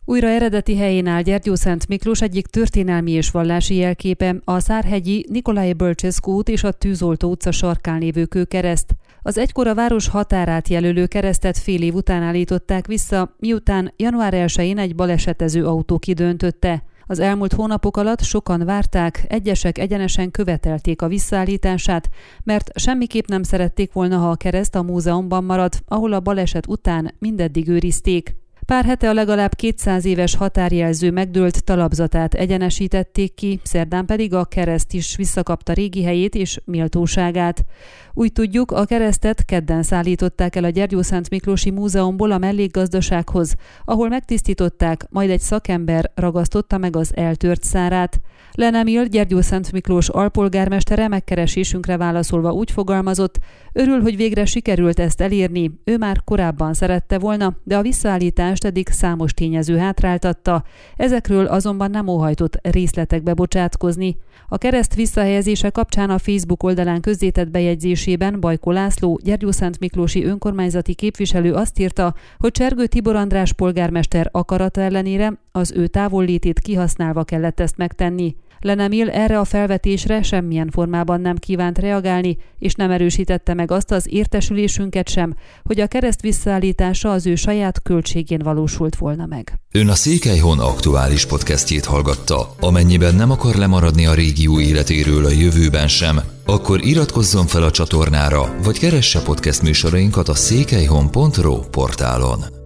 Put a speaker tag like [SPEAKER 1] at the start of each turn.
[SPEAKER 1] Újra eredeti helyén áll Gyergyószent Miklós egyik történelmi és vallási jelképe, a Szárhegyi Nicolae Bălcescu út és a Tűzoltó utca sarkán lévő kőkereszt. Az egykor a város határát jelölő keresztet fél év után állították vissza, miután január 1-én egy balesetező autó kidöntötte. Az elmúlt hónapok alatt sokan várták, egyesek egyenesen követelték a visszaállítását, mert semmiképp nem szerették volna, ha a kereszt a múzeumban marad, ahol a baleset után mindeddig őrizték. Pár hete a legalább 200 éves határjelző megdőlt talapzatát egyenesítették ki, szerdán pedig a kereszt is visszakapta régi helyét és méltóságát. Úgy tudjuk, a keresztet kedden szállították el a Gyergyószent Miklósi Múzeumból a mellékgazdasághoz, ahol megtisztították, majd egy szakember ragasztotta meg az eltört szárát. Lenemil Gyergyószent Miklós alpolgármestere megkeresésünkre válaszolva úgy fogalmazott, örül, hogy végre sikerült ezt elérni, ő már korábban szerette volna, de a visszaállítást eddig számos tényező hátráltatta, ezekről azonban nem óhajtott részletekbe bocsátkozni. A kereszt visszahelyezése kapcsán a Facebook oldalán közzétett bejegyzésében Bajko László, Gyergyószent Miklósi önkormányzati képviselő azt írta, hogy Csergő Tibor András polgármester akarata ellenére az ő távollétét kihasználva kellett ezt megtenni. Lenemil erre a felvetésre semmilyen formában nem kívánt reagálni, és nem erősítette meg azt az értesülésünket sem, hogy a kereszt visszaállítása az ő saját költségén valósult volna meg.
[SPEAKER 2] Ön a Székelyhon aktuális podcastjét hallgatta. Amennyiben nem akar lemaradni a régió életéről a jövőben sem, akkor iratkozzon fel a csatornára, vagy keresse podcast műsorainkat a székelyhon.ro portálon.